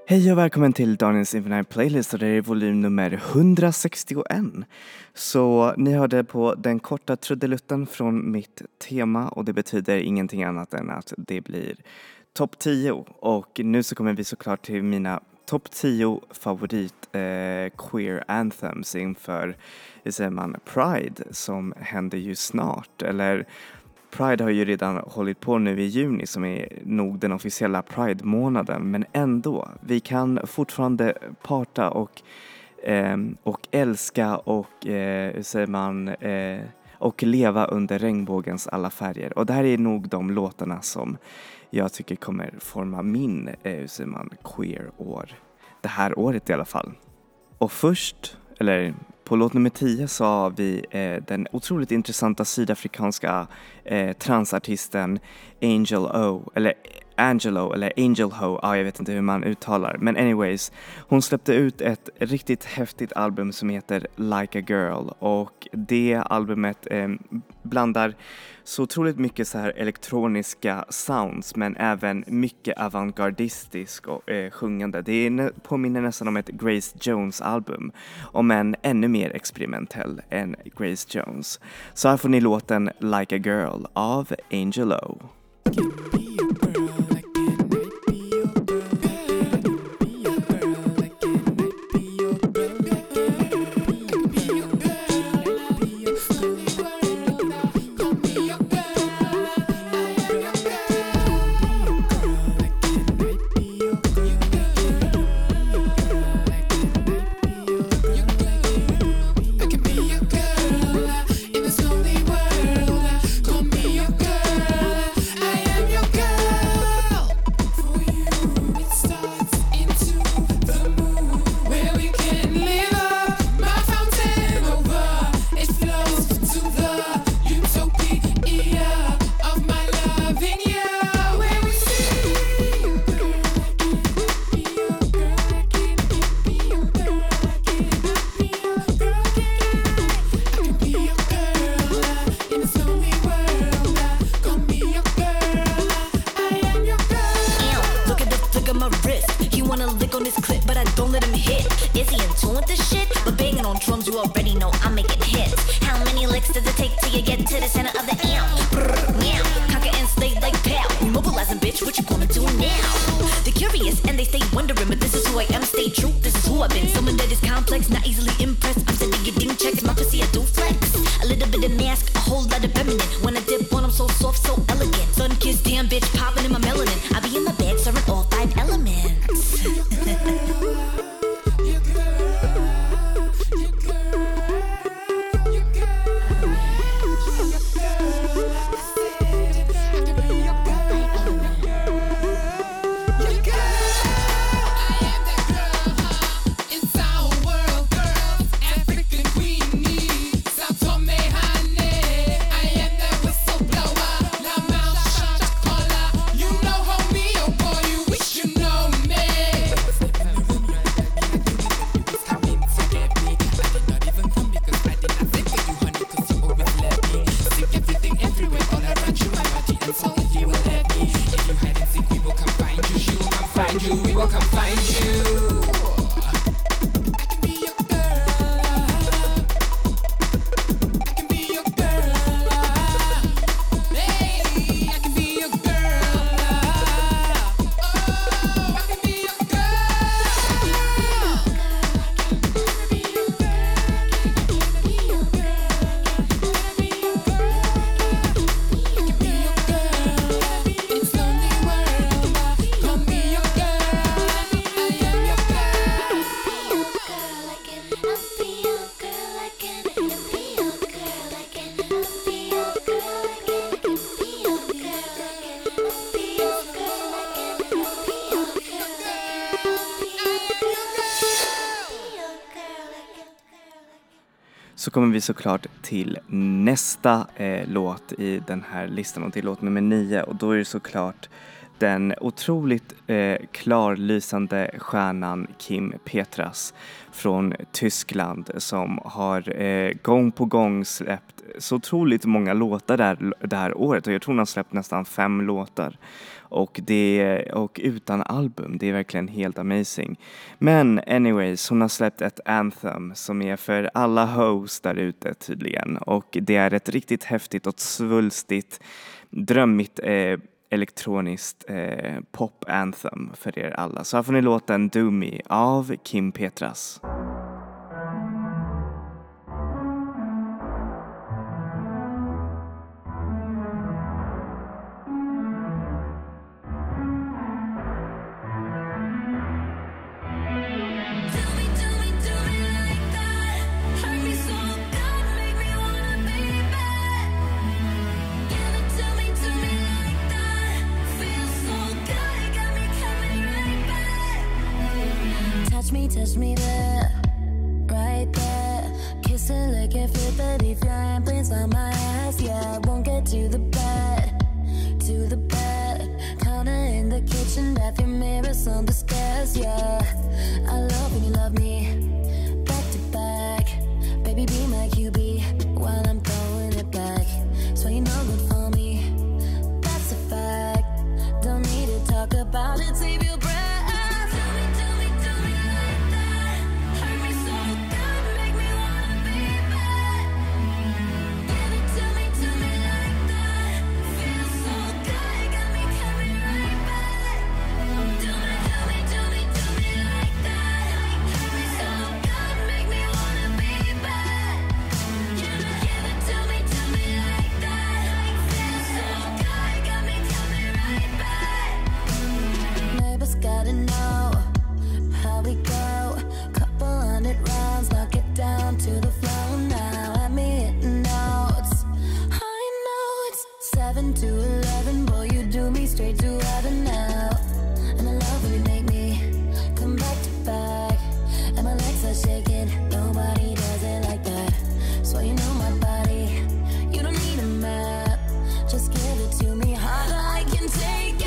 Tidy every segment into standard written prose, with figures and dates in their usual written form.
Hej och välkommen till Daniels Infinite Playlist och det är volym nummer 161. Så ni hörde på den korta trudelutten från mitt tema och det betyder ingenting annat än att det blir topp 10. Och nu så kommer vi såklart till mina topp 10 favorit queer anthems inför, hur säger man, Pride som händer ju snart. Eller Pride har ju redan hållit på nu i juni som är nog den officiella Pride-månaden, men ändå, vi kan fortfarande parta och älska och, hur säger man, och leva under regnbågens alla färger. Och det här är nog de låtarna som jag tycker kommer forma min, hur säger man, queer-år. Det här året i alla fall. Och först, eller på låt nummer 10 så har vi den otroligt intressanta sydafrikanska transartisten Angel Ho, jag vet inte hur man uttalar. Men anyways, hon släppte ut ett riktigt häftigt album som heter Like a Girl. Och det albumet blandar så otroligt mycket så här elektroniska sounds, men även mycket avantgardistisk och sjungande. Det påminner nästan om ett Grace Jones album, om en ännu mer experimentell än Grace Jones. Så här får ni låten Like a Girl av Angel Ho. Så kommer vi såklart till nästa låt i den här listan och till låt nummer 9. Och då är det såklart den otroligt klarlysande stjärnan Kim Petras från Tyskland som har gång på gång släppt så otroligt många låtar det här året och jag tror hon har släppt nästan 5 låtar. Och utan album, det är verkligen helt amazing. Men anyways, hon har släppt ett anthem som är för alla hoes där ute tydligen. Och det är ett riktigt häftigt och svulstigt, drömmigt elektroniskt pop anthem för er alla. Så här får ni låten Do Me av Kim Petras. Touch me there, right there. Kiss it like a fit, but if your hand plays on my ass, yeah, I won't get to the bed, to the bed. Counter in the kitchen, bathroom mirrors on the stairs, yeah. I love when you love me, back to back. Baby, be my QB while I'm throwing it back. So you know good for me, that's a fact. Don't need to talk about it, save your breath. Gotta know how we go. Couple 100 rounds, knock it down to the floor now. Have me hitting notes. I know it's 7 to 11, boy, you do me straight to heaven now. And I love when you make me come back to back. And my legs are shaking, nobody does it like that. So you know my body, you don't need a map. Just give it to me harder, I can take it.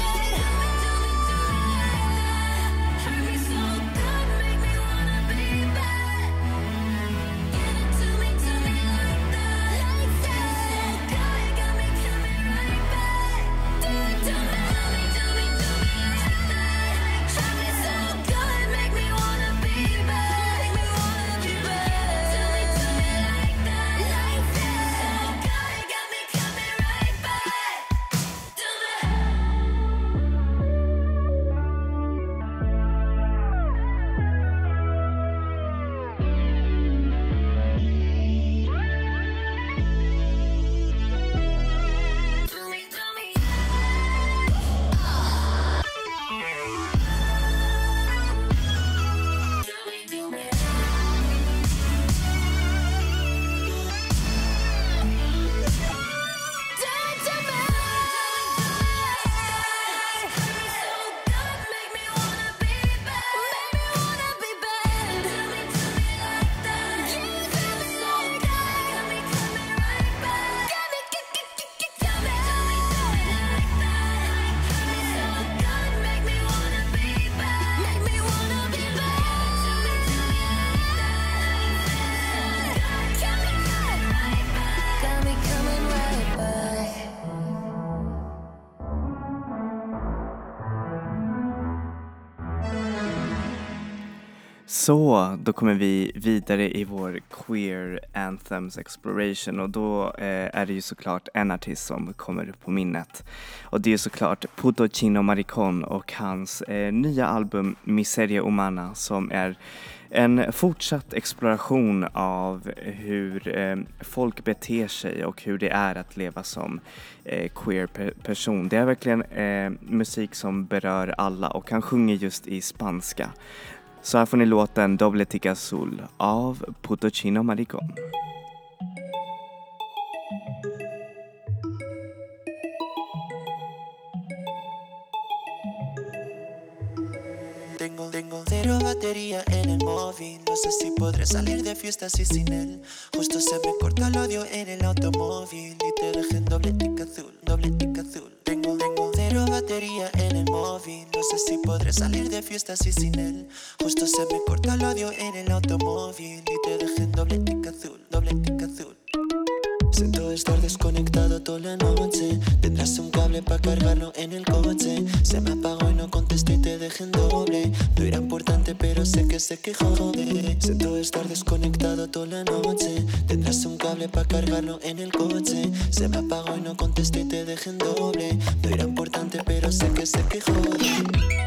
Så, då kommer vi vidare i vår Queer Anthems Exploration och då är det ju såklart en artist som kommer upp på minnet. Och det är såklart Puto Chino Maricon och hans nya album Miseria Humana som är en fortsatt exploration av hur folk beter sig och hur det är att leva som queer person. Det är verkligen musik som berör alla och han sjunger just i spanska. Så här får ni låten Doble Tica Azul av Puto Chino Maricon. Tengo cero batería en el móvil. No sé si podré salir de fiesta así sin él. Justo se me corta el odio en el automóvil y te dejé en doble tica azul, doble tica azul. Tengo cero batería en el móvil. No sé si podré salir de fiesta así sin él. Justo se me corta el odio en el automóvil y te dejé en doble tica azul, doble tica azul. Siento estar desconectado toda la noche. Tendrás un cable para cargarlo en el coche. Se me apagó y no contesté y te dejé en doble. No era importante pero sé que jode. Siento estar desconectado toda la noche. Tendrás un cable para cargarlo en el coche. Se me apagó y no contesté y te dejé en doble. No era importante pero sé que jode.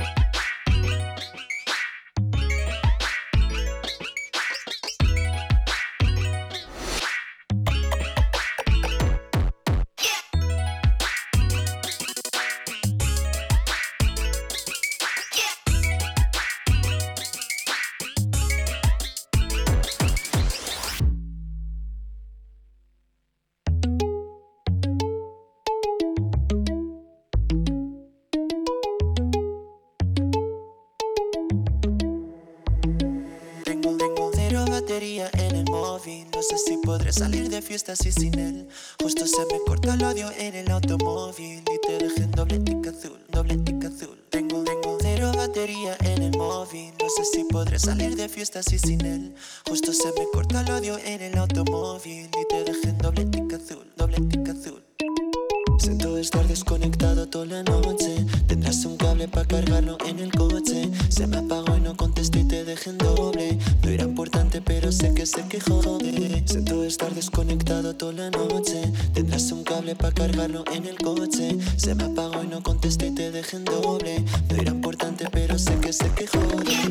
En el móvil, no sé si podré salir de fiesta así sin él. Justo se me corta el audio en el automóvil y te dejé en doble tic azul, doble tic azul. Tengo cero batería en el móvil, no sé si podré salir de fiesta así sin él. Justo se me corta el audio en el automóvil y te dejé en doble tic azul, doble tic azul. Siento estar desconectado toda la noche. Tendrás un cable para cargarlo en el coche. Se me apagó y no contesté y te dejé en doble. No era importante pero sé que jode. Siento estar desconectado toda la noche. Tendrás un cable para cargarlo en el coche. Se me apagó y no contesté y te dejé en doble. No era importante pero sé que jode.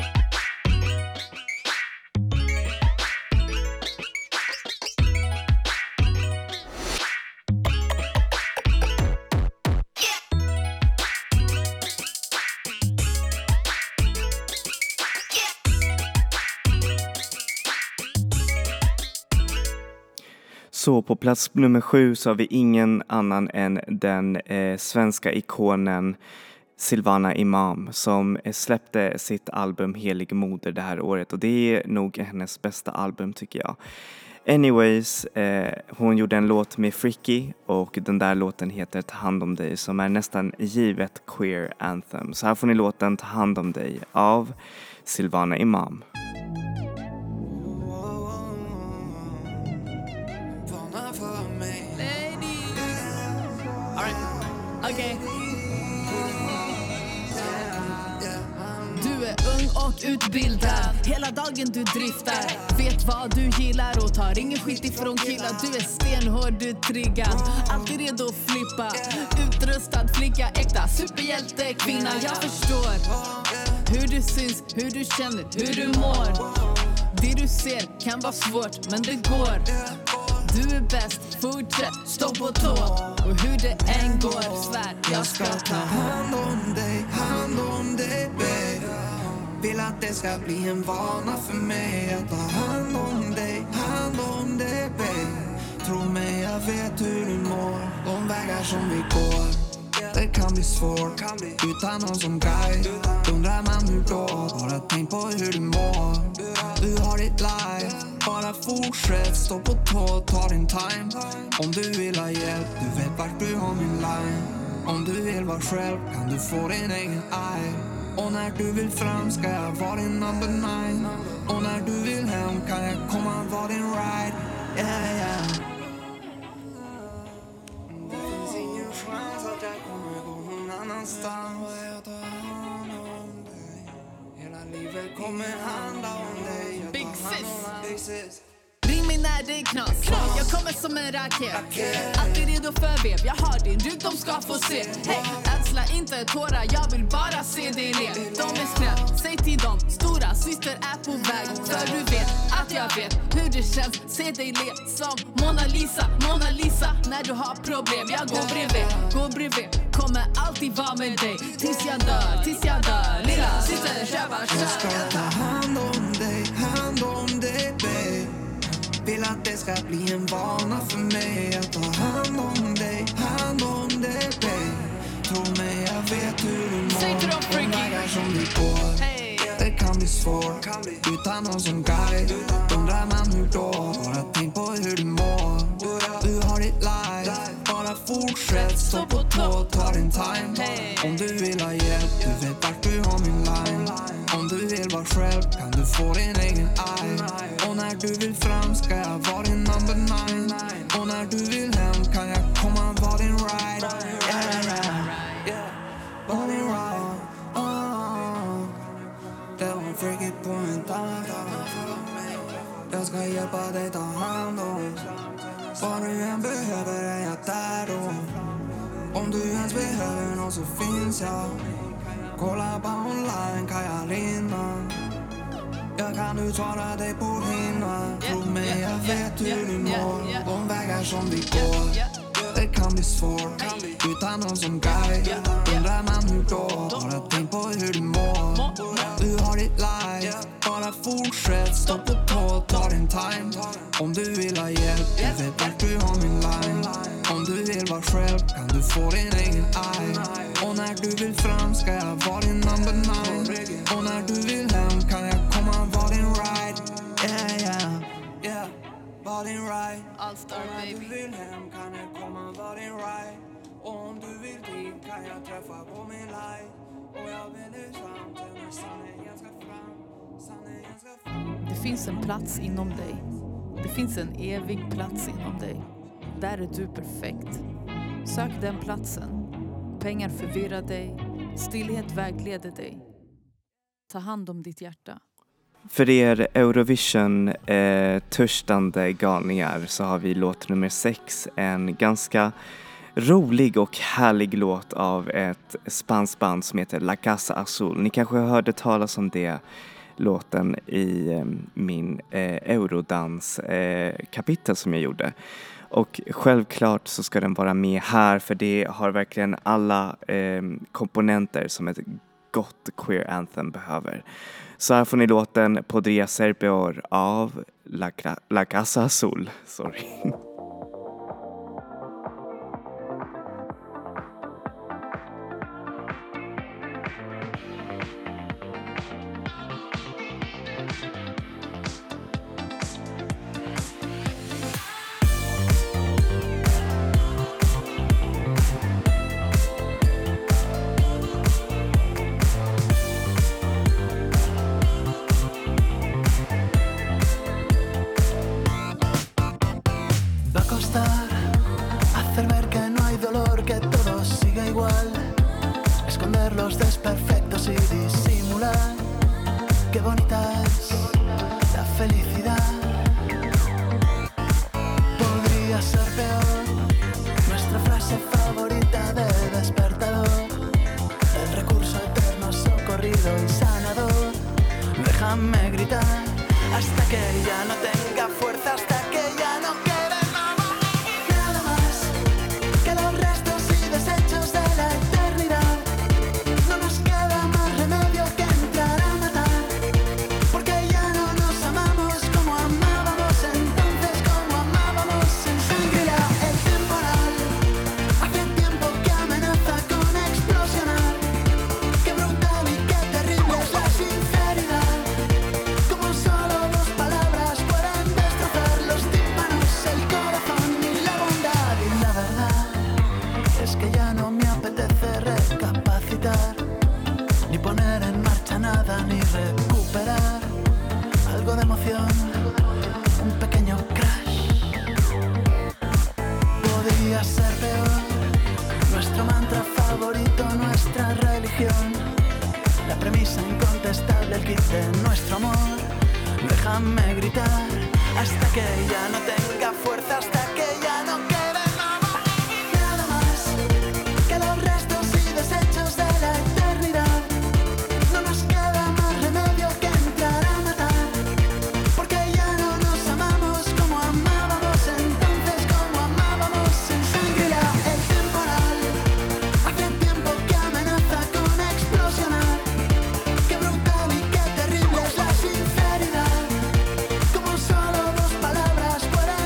Så på plats nummer 7 så har vi ingen annan än den svenska ikonen Silvana Imam som släppte sitt album Helig Moder det här året och det är nog hennes bästa album tycker jag. Anyways, hon gjorde en låt med Fricky och den där låten heter Ta hand om dig som är nästan givet queer anthem. Så här får ni låten Ta hand om dig av Silvana Imam. Okay. Du är ung och utbildad, hela dagen du driftar. Vet vad du gillar och tar ingen skit ifrån killar. Du är stenhård, du är triggad, alltid redo att flippa. Utrustad flicka, äkta superhjälte kvinna. Jag förstår hur du syns, hur du känner, hur du mår. Det du ser kan vara svårt, men det går. Du är bäst, fortsätt, stå på tå. Och hur det än går, svär, jag ska ta hand om dig, babe. Vill att det ska bli en vana för mig att ta hand om dig, babe. Tro mig, jag vet hur du mår. De vägar som vi går, det kan bli svårt utan någon som guide. Undrar man hur då, bara tänk på hur du mår. Du har ditt life, bara fortsätt, stå på tå, ta din time. Om du vill ha hjälp, du vet vart du har min line. Om du vill vara själv kan du få din egen eye. Och när du vill fram ska jag vara din number 9. Och när du vill hem kan jag komma och vara din ride. Yeah, yeah. Det finns ingen chans att jag kommer gå någon annanstans. Jag tar hand om dig. Hela livet kommer handla om dig. Big sis. Ring mig när det är knas. Jag kommer som en raket. Alltid redo för vev. Jag har din rygg, de ska få se. Hey, ädsla inte tårar, jag vill bara se dig le. De är snäll, säg till dem. Stora syster är på väg. För du vet att jag vet hur det känns. Se dig le som Mona Lisa. När du har problem, jag går bredvid. Kommer alltid vara med dig. Tills jag dör. Lilla syster, tjäva. Jag ska ta hand om dig, babe. Vill att det ska bli en vana för mig att ta hand om dig, babe. Tro mig, jag vet hur du mår. De vägar som vi går, det kan bli svårt utan någon som guide. Undrar man hur då, bara tänk på hur du mår. Du har ditt life, bara fortsätt, stå på tå, ta din time. Om du vill ha hjälp, du vet vart du har min line. Om du vill vara själv kan du få din egen eye. Och när du vill fram ska jag vara din number 9. Och när du vill hem kan jag komma vara din ride. Var din ride. Det var en freaky på en dag. Jag ska hjälpa dig ta hand om. Vad du än behöver är jag där då. Om du ens behöver något så finns jag. Kolla bara online, Kajalina. Jag kan uttala dig på hinna. Tro mig, jag vet hur du mår. De vägar som vi går, det kan bli svårt utan någon som guide. Undrar man hur då? Bara tänk på hur du mår. Du har ditt life, bara fortsätt. Stå på tå, ta din time. Om du vill ha hjälp, jag vet att du har min line. Om du vill vara själv kan du få din egen eye. Och när du vill fram ska jag vara din number 9. Och när du vill hem kan jag komma vara din ride. Yeah, var din ride. All-star baby. Om du vill hem kan jag komma vara din ride. Och om du vill dit kan jag träffa på min light. Och jag vill det samt när sanningen ska fram. Sanningen ska fram. Det finns en plats inom dig. Det finns en evig plats inom dig. Där är du perfekt. Sök den platsen. Pengar förvirrar dig. Stillhet vägleder dig. Ta hand om ditt hjärta. För er Eurovision törstande galningar så har vi låt nummer 6. En ganska rolig och härlig låt av ett spanskt band som heter La Casa Azul. Ni kanske hörde talas om det låten i min Eurodans kapitel som jag gjorde. Och självklart så ska den vara med här för det har verkligen alla komponenter som ett gott queer anthem behöver. Så här får ni låten Podría ser peor av La Casa Azul. Sorry. Como solo dos palabras pueden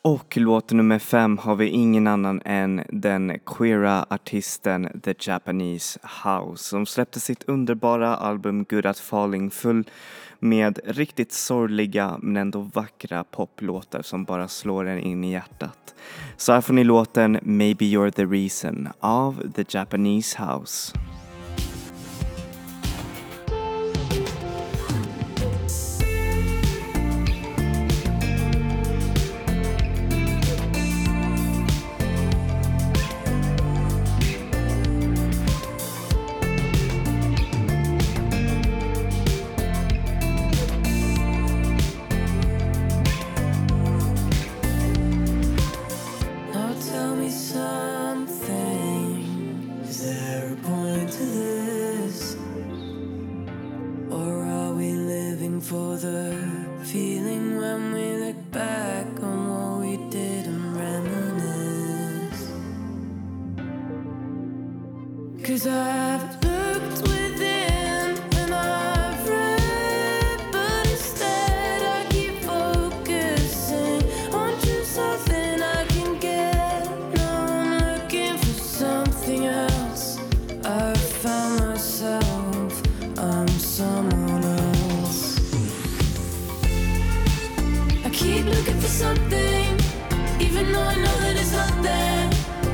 Och låt nummer 5 har vi ingen annan än den queera artisten The Japanese House som släppte sitt underbara album Good at Falling full med riktigt sorgliga men ändå vackra poplåtar som bara slår en in i hjärtat. Så här får ni låten Maybe You're the Reason av The Japanese House. For the feeling when we look back on what we did and reminisce. 'Cause I've looked within and I've read, but instead I keep focusing on just something I can get. Now I'm looking for something else. I've found myself, I'm someone else. Keep looking for something, even though I know that it's not there.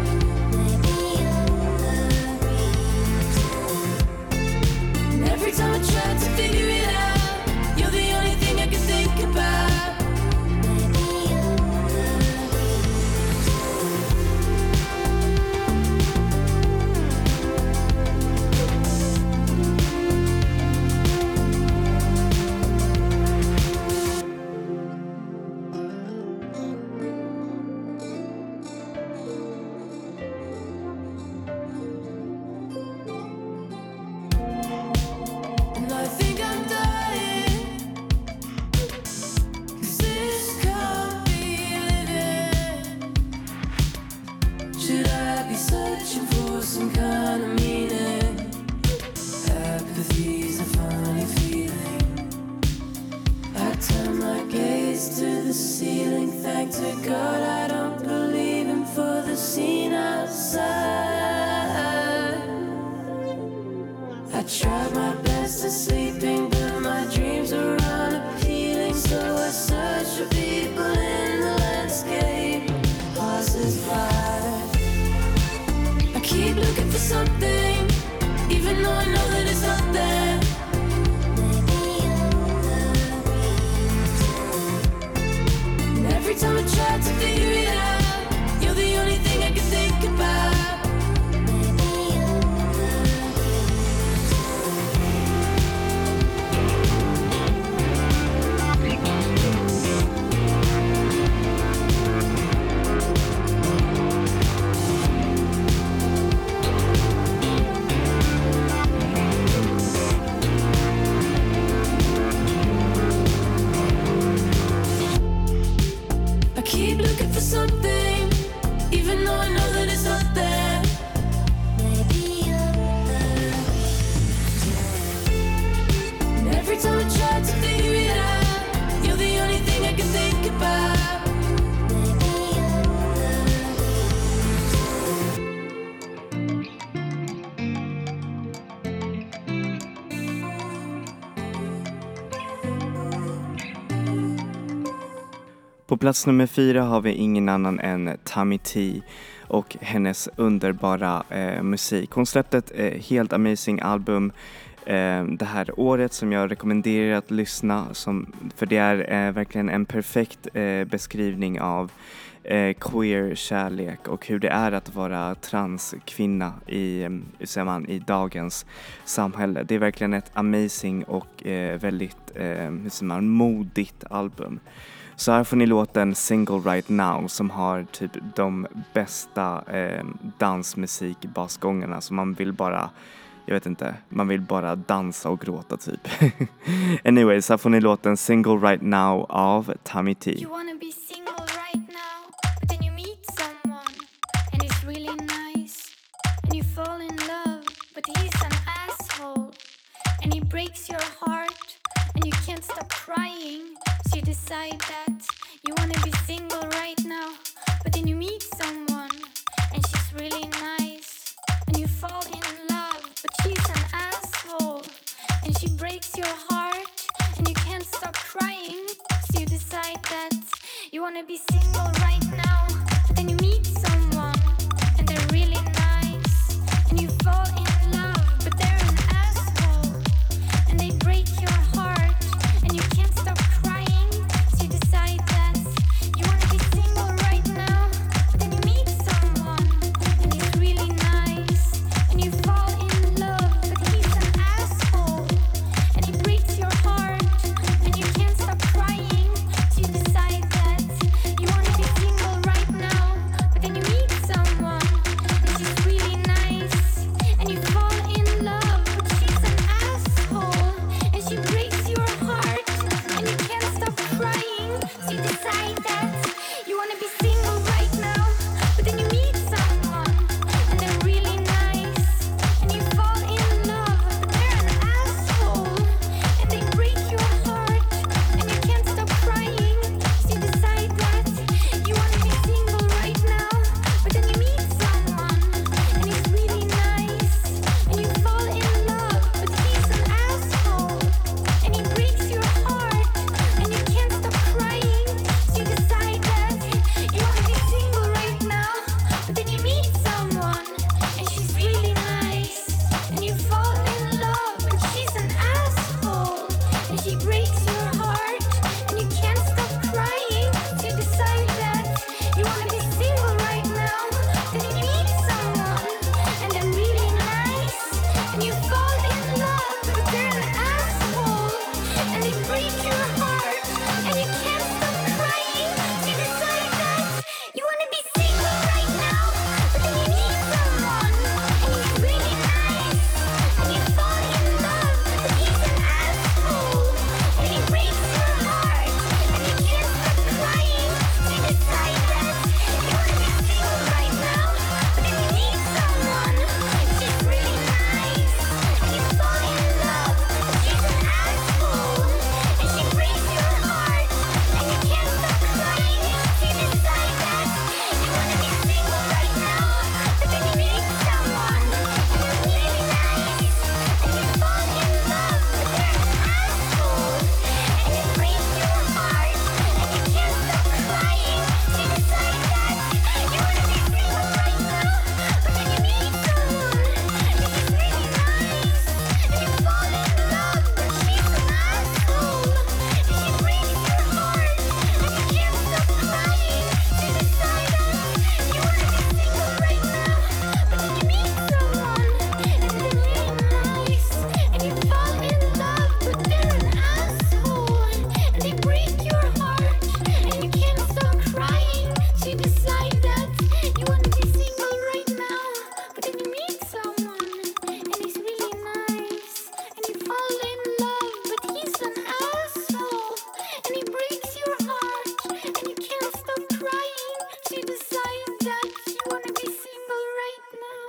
And every time I try to figure it out, you're the only thing I can think about. På plats nummer 4 har vi ingen annan än Tammy T och hennes underbara musik. Hon släppte ett helt amazing album det här året som jag rekommenderar att lyssna för det är verkligen en perfekt beskrivning av queer kärlek och hur det är att vara transkvinna i dagens samhälle. Det är verkligen ett amazing och väldigt modigt album. Så här får ni låten Single Right Now som har typ de bästa dansmusik-basgångarna som man vill bara, man vill bara dansa och gråta typ. Anyways, här får ni låten Single Right Now av Tammy T. You wanna be single right now, but then you meet someone and it's really nice and you fall in love, but he's an asshole and he breaks your heart and you can't stop crying, so you decide that You wanna be single right now, but then you meet someone and she's really nice, and you fall in love, but she's an asshole, and she breaks your heart, and you can't stop crying, so you decide that you wanna be single right now, but then you meet someone and they're really nice, and you fall in love, but they're an asshole, and they break your heart, and you can't stop crying, so you decide that you wanna be single right now, but then you meet someone and he's really nice, and you fall in love, but he's an asshole, and he breaks your heart, and you can't stop crying, so you decide that you wanna be single right now, but then you meet someone and she's really nice, and you fall in love, but she's an asshole, and she breaks your heart, and you can't stop crying, so you decide that you wanna be single right now, but then you meet someone and they're really nice, and you fall in love, but they're an asshole, and they break your heart, and you can't stop crying, so you decide that you wanna be single right now, but then you meet someone and he's really nice, and you fall in love, but he's an asshole, and he breaks your heart, and you can't stop crying, so you decide that you wanna be single right now, but then you meet someone and she's really nice, and you fall in love, but she's an asshole, and she breaks your heart, and you can't stop crying, so you decide that you wanna be single right now, then you meet someone and they're really nice, and you fall in love, but they're an asshole, and they break your heart, and you can't stop crying, so you decide that you wanna be single right now, but then you meet someone and he's really nice, and you fall in love, but he's an asshole, and he breaks your heart, and you can't stop crying, so you decide that you wanna be single right now, but then you meet someone, she's really nice, and you fall in love, but she's an asshole, and she breaks your heart, and you can't stop crying, so you decide that you wanna be single right now, but then you meet someone, and they're really nice, and you fall in love, but they're an asshole, and it breaks your heart, and you can't stop crying, so you decide that you wanna be single right now, but then you meet someone, and she's really nice, and you fall in love, but she's an asshole, and she breaks your heart, and you can't stop crying, so you decide that you wanna be single right now, but then you meet someone, and they're really nice, and you fall in love, but they're an asshole, and they break your heart, and you can't stop crying, so you decide that you wanna be single right now, but then you meet someone, and he's really nice, and you fall in love, but he's an asshole, and he breaks your heart, and you can't stop crying, so you decide that you wanna be single right now.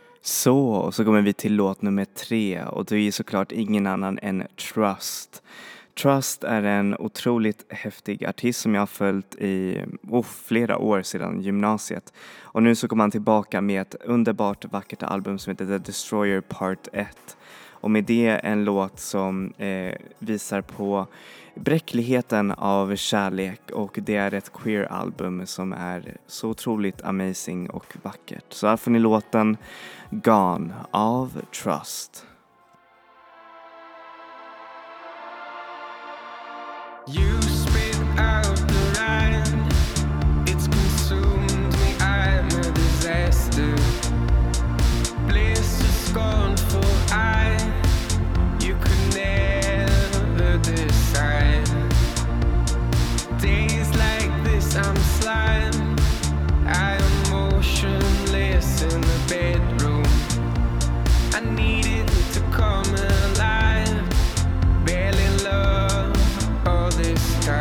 Så kommer vi till låt nummer 3 och det är såklart ingen annan än Trust. Trust är en otroligt häftig artist som jag har följt i flera år sedan gymnasiet. Och nu så kommer han tillbaka med ett underbart vackert album som heter The Destroyer Part 1. Och med det en låt som visar på bräckligheten av kärlek, och det är ett queer-album som är så otroligt amazing och vackert. Så här får ni låten Gone av Trust. You spit out the line, it's consumed me, I'm a disaster. Bliss is gone for you could never decide. Days like this I'm slime, I am motionless in the bedroom. I needed to come alive, barely love all this time.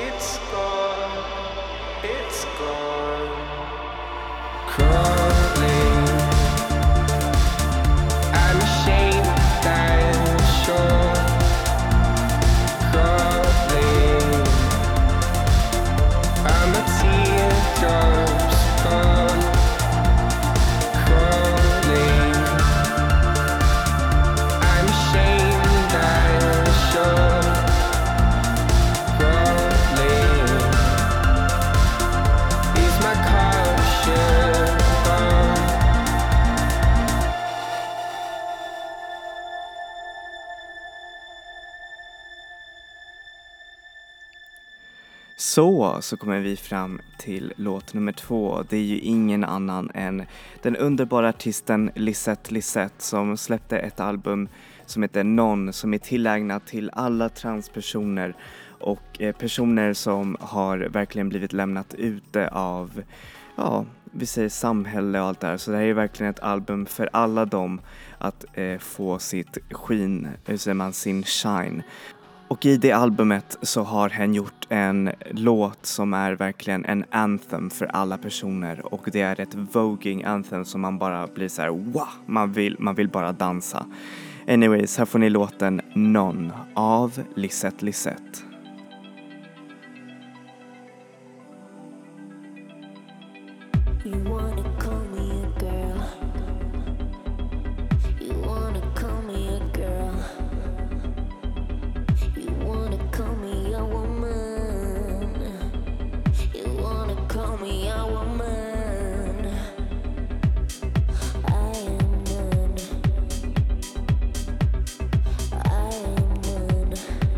It's gone, it's gone. Crawling, I'm ashamed I'm sure. Crawling, I'm a teardrops gone. Crawling, I'm ashamed I'm sure. Crawling, is my caution gone? Så kommer vi fram till låt nummer 2. Det är ju ingen annan än den underbara artisten Lisette som släppte ett album som heter Non, som är tillägnat till alla transpersoner och personer som har verkligen blivit lämnat ute av, ja, vi säger samhälle och allt det här. Så det här är verkligen ett album för alla dem att få sitt skin, hur säger man, sin shine. Och i det albumet så har han gjort en låt som är verkligen en anthem för alla personer. Och det är ett voging anthem som man bara blir så här, wow, man vill bara dansa. Anyways, här får ni låten Non av Lisette. You wanna call me a girl. You wanna call me a girl. You wanna call me a woman. You wanna call me a woman. I am none. I am none.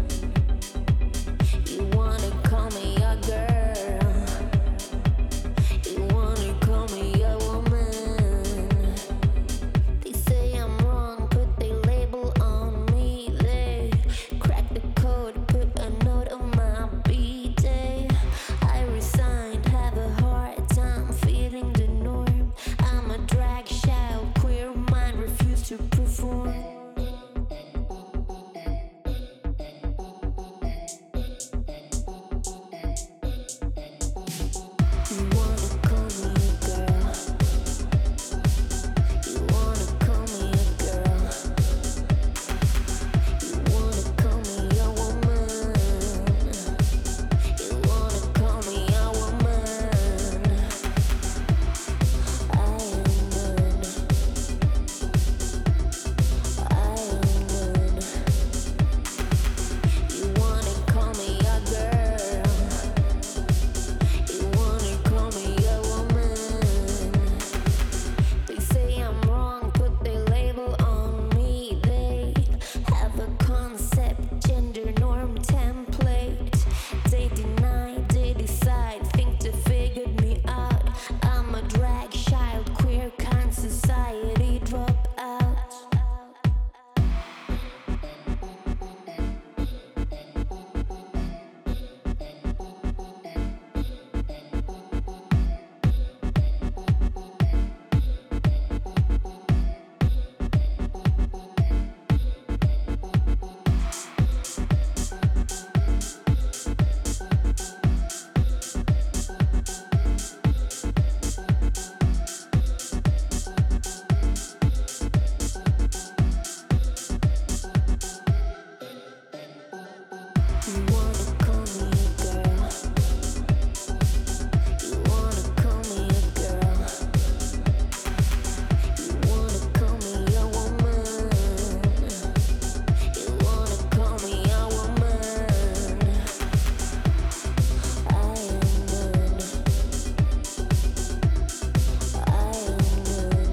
You wanna call me a girl. You wanna call me a woman. They say I'm wrong, put their label on me. They crack the code, put a note on my B-day. I resigned, have a hard time feeling the norm. I'm a drag child, queer mind, refuse to perform. You wanna call me a girl. You wanna call me a girl. You wanna call me a woman. You wanna call me a woman. I am none. I am none. You wanna call me a girl. You wanna call me a woman. They say I'm wrong, put their label on me. They have a concept, gender norm template. They deny, they decide, think they figured me out. I'm a drag child, queer kind society drop out. You wanna call me a girl. You wanna call me a girl. You wanna call me a woman. You wanna call me a woman. I am none. I am none.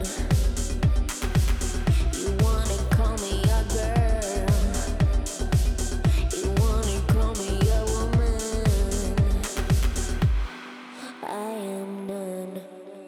You wanna call me a girl. You wanna call me a woman. I am none.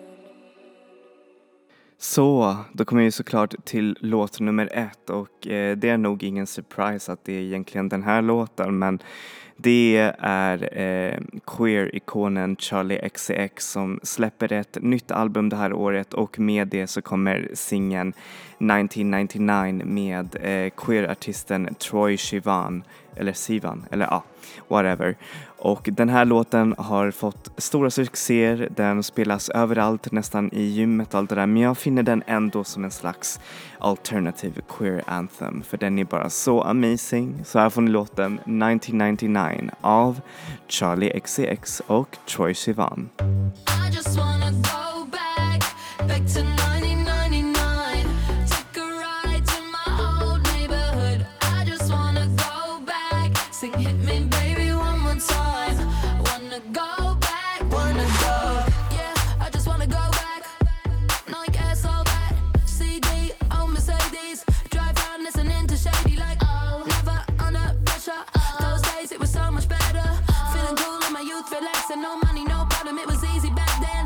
Så, då kommer vi såklart till låt nummer 1 och det är nog ingen surprise att det är egentligen den här låten, men det är queer-ikonen Charlie XCX som släpper ett nytt album det här året och med det så kommer singeln 1999 med queer-artisten Troye Sivan eller Sivan, eller ja, whatever. Och den här låten har fått stora succéer, den spelas överallt, nästan i gymmet och allt det där, men jag finner den ändå som en slags alternative queer anthem, för den är bara så amazing. Så här får ni låten 1999 av Charlie XCX och Troye Sivan. I just wanna go back to 1999. Take a ride to my old neighborhood. I just wanna go back. Sing hit me baby one more time. Wanna go back, wanna go. Yeah, I just wanna go back. Nike ass all that. CD on Mercedes. Drive around listening to Shady like oh. Never under pressure. Those days it was so much better. Feeling cool in my youth, relaxing, no money, no problem. It was easy back then.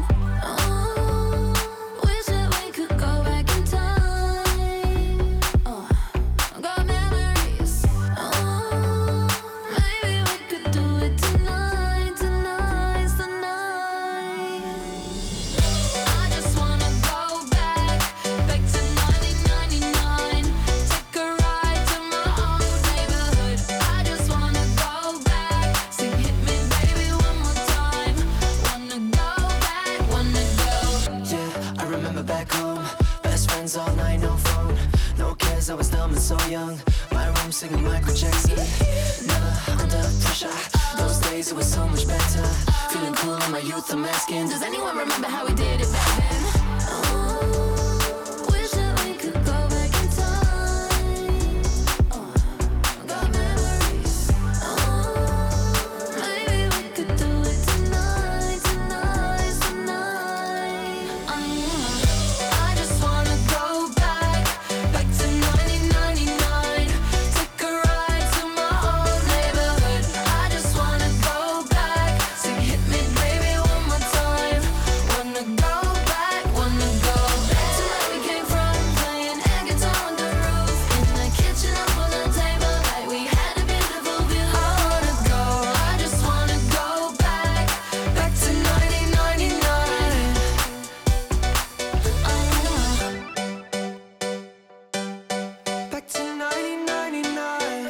Wish that we could go back in time. Got memories. Maybe we could do it tonight, tonight, tonight. I just wanna go back to 1999. Take a ride to my old neighborhood. I just wanna go back. Sing hit me baby one more time. Wanna go back, wanna go. Yeah, I remember back home. Best friends all night, no phone. No cares, I was dumb and so young. My room singing Michael Jackson. Never under pressure. Those days it was so much better. Feeling cool in my youth, I'm asking. Does anyone remember how we did it back then? Wish that we could go back in time. Got memories. Maybe we could do it tonight, tonight, tonight. I just wanna go back to 1999. Take a ride to my old neighborhood. I just wanna go back. Sing hit me baby one more time. Wanna go back, wanna go back to where we came from. Playing air guitar on the roof. In the kitchen up on the table like we had a beautiful view. I wanna go. I just wanna go back to 1999. Back to 1999.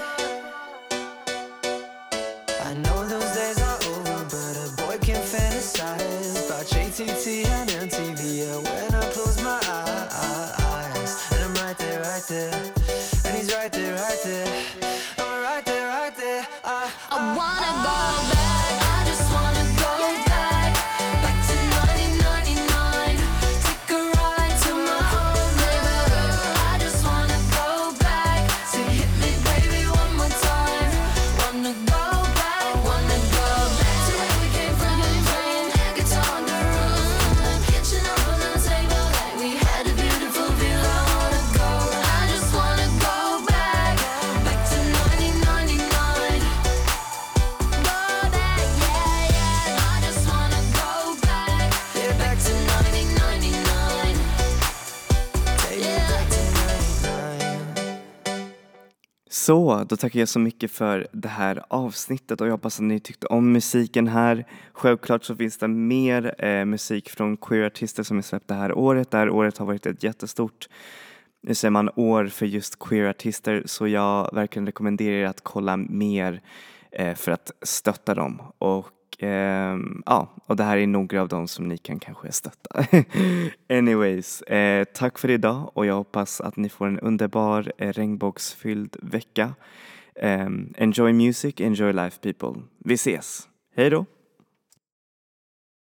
I know those days are over, but a boy can fantasize about JTT and MTV. Yeah, when I close my eyes, and I'm right there, and he's right there, I'm right there. I wanna go back. I just wanna go back to 1999. Take a ride to my old neighborhood. I just wanna go back. Sing hit me baby one more time. Wanna go back, wanna go back to where we came from. Playing air guitar on the roof. In the kitchen up on the table like we had a beautiful view. I wanna go. I just wanna go back to 1999. Go back, yeah. I just wanna go back to 1999. Take me back to 99. Så, då tackar jag så mycket för det här avsnittet och jag hoppas att ni tyckte om musiken här. Självklart så finns det mer musik från queer-artister som är släppt det här året. Det här året har varit ett jättestort, nu säger man, år för just queer-artister, så jag verkligen rekommenderar er att kolla mer för att stötta dem. Och och det här är några av dem som ni kan kanske stötta. Anyways, tack för idag och jag hoppas att ni får en underbar regnbågsfylld vecka. Enjoy music, enjoy life people. Vi ses. Hej då!